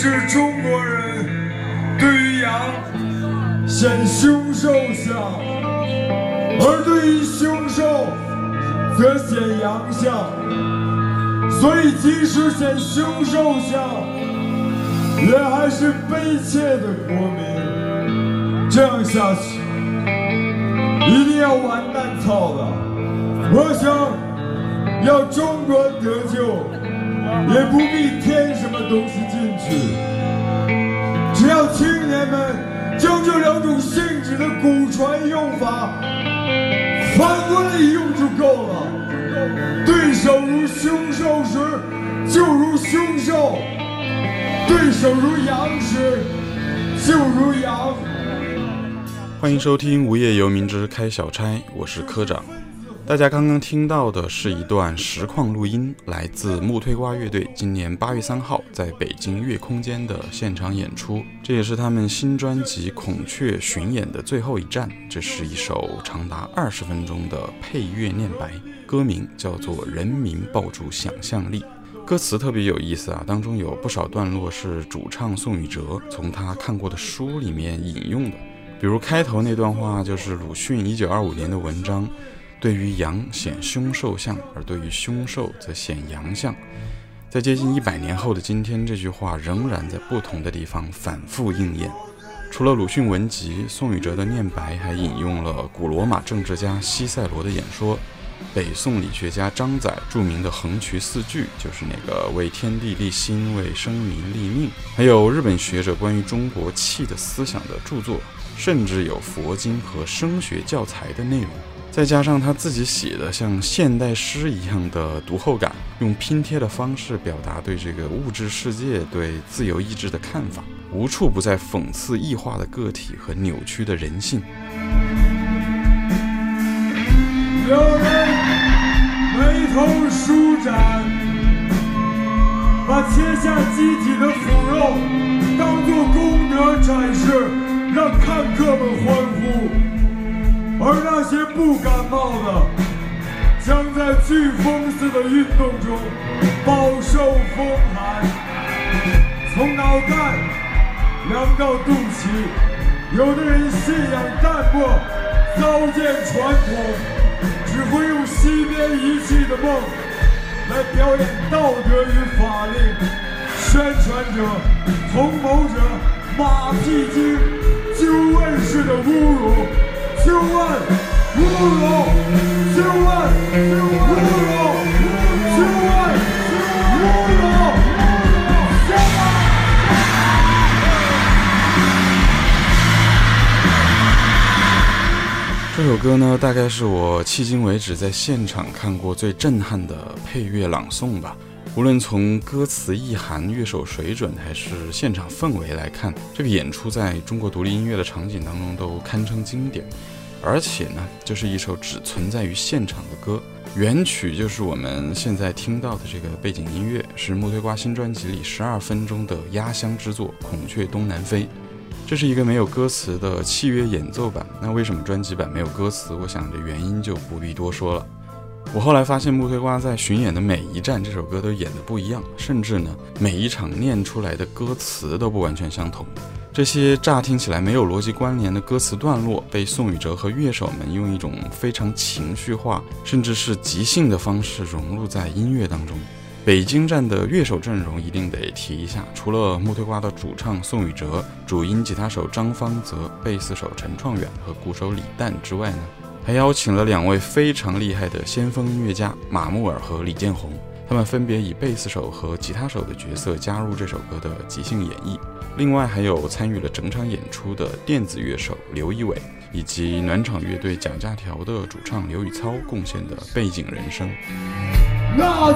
是中国人对于羊献凶兽像，而对于凶兽则献羊像。所以即使献凶兽像，也还是悲切的国民。这样下去一定要完蛋操的。我想要中国得救，也不必添什么东西进去，只要青年们将这两种性质的古传用法反过来用就够了。对手如凶兽时，就如凶兽；对手如羊时，就如羊。 欢迎收听无业游民之开小差，我是科长。大家刚刚听到的是一段实况录音，来自木推瓜乐队今年8月3号在北京乐空间的现场演出，这也是他们新专辑《孔雀》巡演的最后一站。这是一首长达20分钟的配乐念白，歌名叫做《人民抱住想象力》。歌词特别有意思啊，当中有不少段落是主唱宋宇哲从他看过的书里面引用的，比如开头那段话就是鲁迅1925年的文章，对于羊显凶兽像，而对于凶兽则显羊像。在接近100年后的今天，这句话仍然在不同的地方反复应验。除了鲁迅文集，宋宇哲的念白还引用了古罗马政治家西塞罗的演说，北宋理学家张载著名的横渠4句，就是那个为天地立心，为生民立命，还有日本学者关于中国气的思想的著作，甚至有佛经和声学教材的内容。再加上他自己写的像现代诗一样的读后感，用拼贴的方式表达对这个物质世界、对自由意志的看法，无处不在讽刺异化的个体和扭曲的人性。 有人眉头舒展，把切下机体的腐肉当作功德展示，让看客们欢呼。而那些不感冒的，将在飓风似的运动中饱受风寒。从脑袋凉到肚脐，有的人信仰淡漠，糟践传统，只会用西边遗弃的梦来表演道德与法令。宣传者、同谋者马屁精、纠问式的侮辱，纠问、侮辱、纠问、侮辱、纠问、侮辱。 这首歌呢，大概是我迄今为止在现场看过最震撼的配乐朗诵吧。无论从歌词意涵、乐手水准还是现场氛围来看，这个演出在中国独立音乐的场景当中都堪称经典。而且呢，这是一首只存在于现场的歌，原曲就是我们现在听到的这个背景音乐，是木推瓜新专辑里12分钟的压箱之作《孔雀东南飞》。这是一个没有歌词的器乐演奏版。那为什么专辑版没有歌词？我想这原因就不必多说了。我后来发现木推瓜在巡演的每一站，这首歌都演得不一样，甚至呢，每一场念出来的歌词都不完全相同。这些乍听起来没有逻辑关联的歌词段落，被宋宇哲和乐手们用一种非常情绪化，甚至是即兴的方式融入在音乐当中。北京站的乐手阵容一定得提一下，除了木推瓜的主唱宋宇哲、主音吉他手张方泽、贝斯手陈创远和鼓手李诞之外呢，还邀请了2位非常厉害的先锋音乐家马木尔和李建宏，他们分别以贝斯手和吉他手的角色加入这首歌的即兴演绎。另外还有参与了整场演出的电子乐手刘一伟，以及暖场乐队蒋家条的主唱刘宇操贡献的背景人声。 那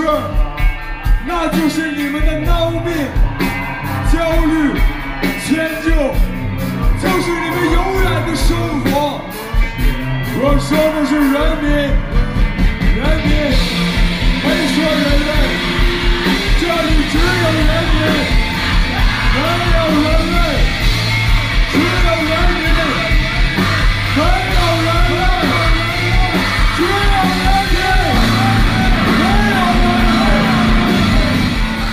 就是你们的孬病、焦虑、迁就，就是你们永远的生活。我说的是人民，没说人类，这里只有人民，没有人类，只有人民，没有人类，只有人民。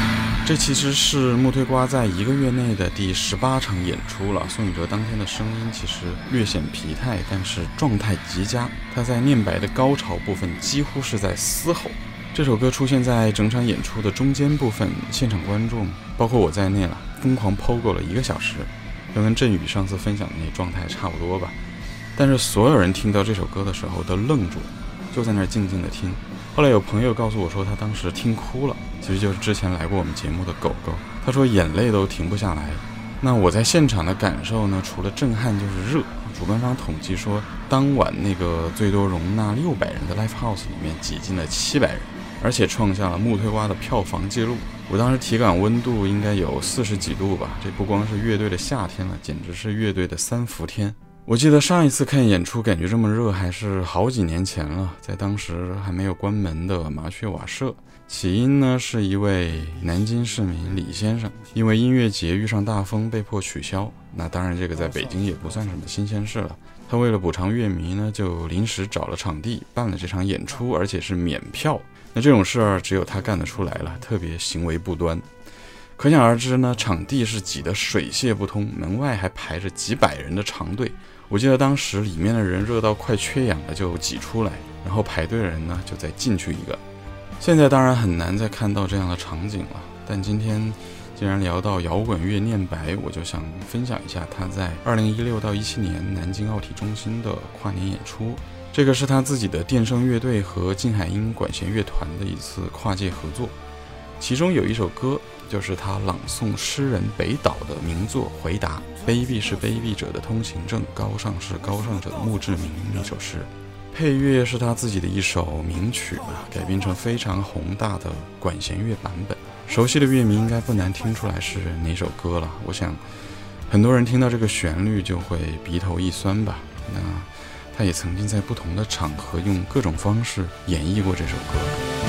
这其实是木推瓜在1个月内的第18场演出了。宋雨哲当天的声音其实略显疲态，但是状态极佳。他在念白的高潮部分几乎是在嘶吼。这首歌出现在整场演出的中间部分，现场观众包括我在内了，疯狂 POGO 了1个小时，跟振宇上次分享的那状态差不多吧。但是所有人听到这首歌的时候都愣住，就在那儿静静的听。后来有朋友告诉我说他当时听哭了，其实就是之前来过我们节目的狗狗，他说眼泪都停不下来。那我在现场的感受呢，除了震撼就是热。主办方统计说，当晚那个最多容纳600人的 Live House 里面挤进了700人，而且创下了木推瓜的票房记录。我当时体感温度应该有40几度吧，这不光是乐队的夏天了，简直是乐队的3伏天。我记得上一次看演出感觉这么热还是好几年前了，在当时还没有关门的麻雀瓦舍。起因呢是一位南京市民李先生，因为音乐节遇上大风被迫取消。那当然这个在北京也不算什么新鲜事了。他为了补偿乐迷呢，就临时找了场地办了这场演出，而且是免票。那这种事儿只有他干得出来了，特别行为不端。可想而知呢，场地是挤得水泄不通，门外还排着几百人的长队。我记得当时里面的人热到快缺氧了就挤出来，然后排队的人呢就再进去一个。现在当然很难再看到这样的场景了，但今天既然聊到摇滚乐念白，我就想分享一下他在2016到17年南京奥体中心的跨年演出。这个是他自己的电声乐队和静海音管弦乐团的一次跨界合作，其中有一首歌就是他朗诵诗人北岛的名作《回答》，卑鄙是卑鄙者的通行证，高尚是高尚者的墓志铭那首诗。配乐是他自己的一首名曲改编成非常宏大的管弦乐版本。熟悉的乐迷应该不难听出来是哪首歌了，我想很多人听到这个旋律就会鼻头一酸吧。那他也曾经在不同的场合用各种方式演绎过这首歌。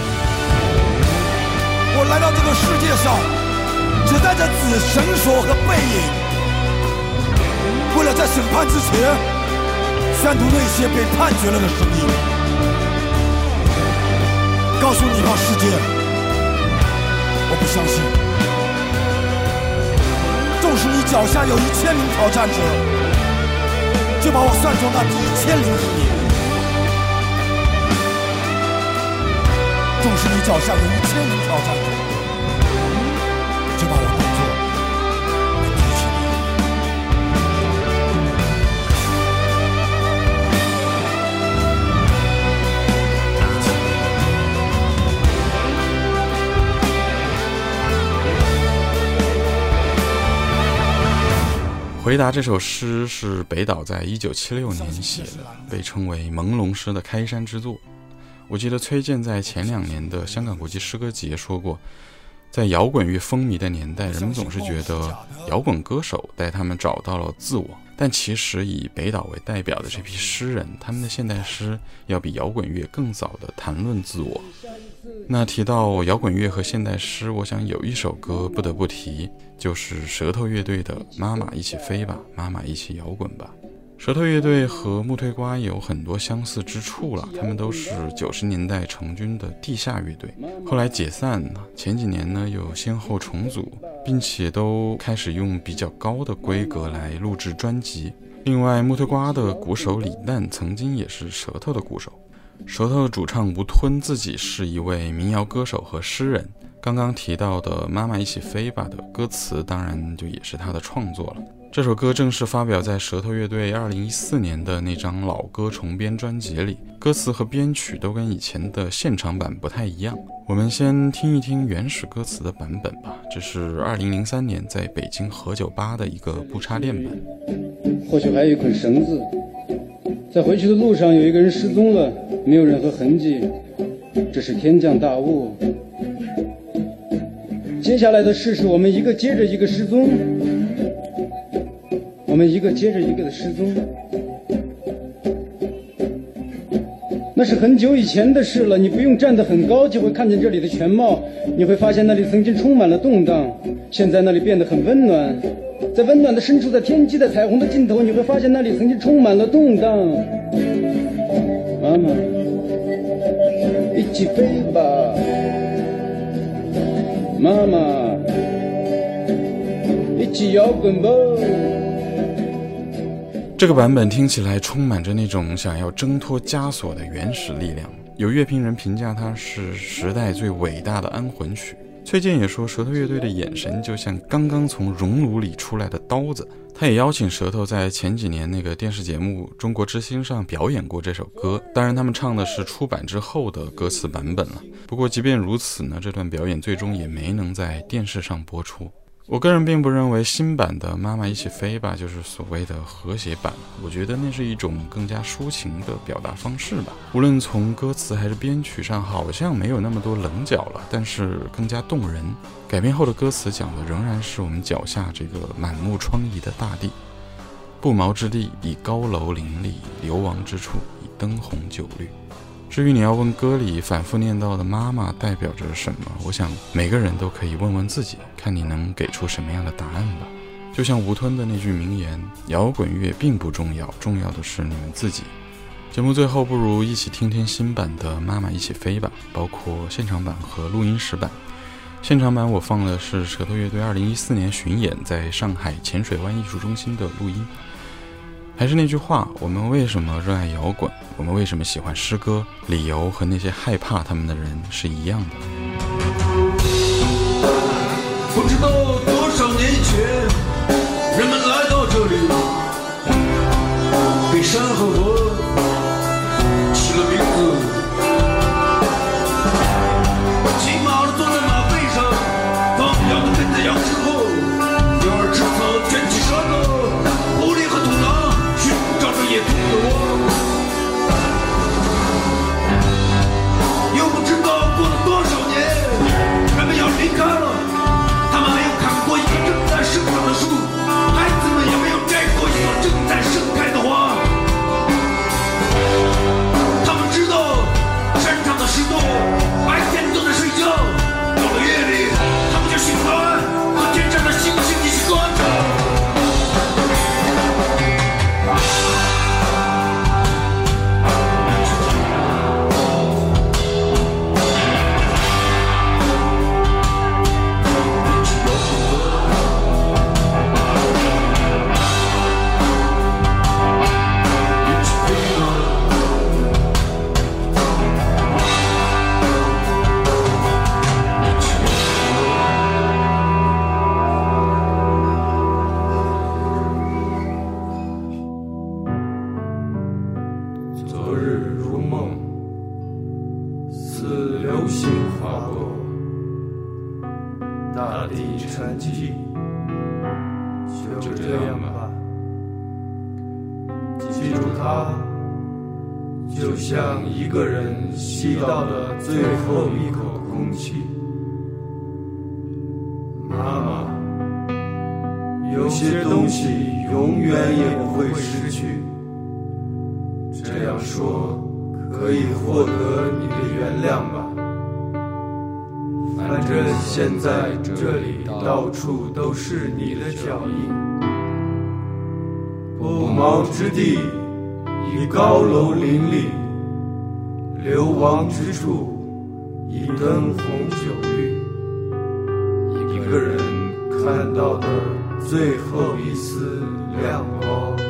我来到这个世界上只带着子绳索和背影，为了在审判之前宣读那些被判决了的声音，告诉你吧世界，我不相信。纵使你脚下有1000名挑战者，就把我算作那第1001名。纵使你脚下有1000名挑战者，就把我当作那第1000名。 回答这首诗是北岛在1976年写的，被称为朦胧诗的开山之作。我记得崔健在前2年的香港国际诗歌节说过，在摇滚乐风靡的年代，人们总是觉得摇滚歌手带他们找到了自我，但其实以北岛为代表的这批诗人，他们的现代诗要比摇滚乐更早的谈论自我。那提到摇滚乐和现代诗，我想有一首歌不得不提，就是舌头乐队的《妈妈一起飞吧，妈妈一起摇滚吧》。舌头乐队和木推瓜有很多相似之处了，他们都是90年代成军的地下乐队，后来解散，前几年呢又先后重组，并且都开始用比较高的规格来录制专辑。另外，木推瓜的鼓手李诞曾经也是舌头的鼓手。舌头的主唱吴吞自己是一位民谣歌手和诗人，刚刚提到的《妈妈一起飞吧》的歌词当然就也是他的创作了。这首歌正式发表在舌头乐队2014年的那张老歌重编专辑里，歌词和编曲都跟以前的现场版不太一样。我们先听一听原始歌词的版本吧，这是2003年在北京何酒吧的一个不插电版。 或许还有一捆绳子，在回去的路上有一个人失踪了，没有任何痕迹，这是天降大雾。接下来的事是我们一个接着一个失踪，我们一个接着一个的失踪，那是很久以前的事了。你不用站得很高就会看见这里的全貌，你会发现那里曾经充满了动荡，现在那里变得很温暖。在温暖的深处，在天际的彩虹的尽头，你会发现那里曾经充满了动荡。妈妈，一起飞吧，妈妈。 一起摇滚吧。 这个版本听起来充满着那种想要挣脱枷锁的原始力量，有乐评人评价它是时代最伟大的安魂曲。崔健也说舌头乐队的眼神就像刚刚从熔炉里出来的刀子。他也邀请舌头在前几年那个电视节目《中国之星》上表演过这首歌，当然他们唱的是出版之后的歌词版本了。不过即便如此呢，这段表演最终也没能在电视上播出。我个人并不认为新版的妈妈一起飞吧就是所谓的和谐版，我觉得那是一种更加抒情的表达方式吧。无论从歌词还是编曲上好像没有那么多棱角了，但是更加动人。改编后的歌词讲的仍然是我们脚下这个满目疮痍的大地，不毛之地以高楼林立，流亡之处以灯红酒绿。至于你要问歌里反复念到的妈妈代表着什么，我想每个人都可以问问自己，看你能给出什么样的答案吧。就像吴吞的那句名言，摇滚乐并不重要，重要的是你们自己。节目最后不如一起听听新版的妈妈一起飞吧，包括现场版和录音室版。现场版我放的是舌头乐队2014年巡演在上海浅水湾艺术中心的录音。还是那句话，我们为什么热爱摇滚，我们为什么喜欢诗歌，理由和那些害怕他们的人是一样的。 不知道多少年以前，人们来到这里，给山和河起了名字，骑马的坐在马背上，放羊的跟在羊身后，鸟儿吃草卷起舌头，狐狸和土狼寻找着野兔的窝。又不知道过了多少年，人们要离开了，他们没有砍过一个正在生长的树，孩子们也没有摘过一朵正在盛开的花。他们知道山上的石头白天都在睡觉，到了夜里他们就醒来，和天上的星星一起歌唱。 昨日如梦，似流星划过，大地沉寂，就这样吧。记住它，就像一个人吸到的最后一口空气。妈妈，有些东西永远也不会失去。这样说可以获得你的原谅吧。反正现在这里到处都是你的脚印，不毛之地以高楼林立，流亡之处以灯红酒绿。一个人看到的最后一丝亮光。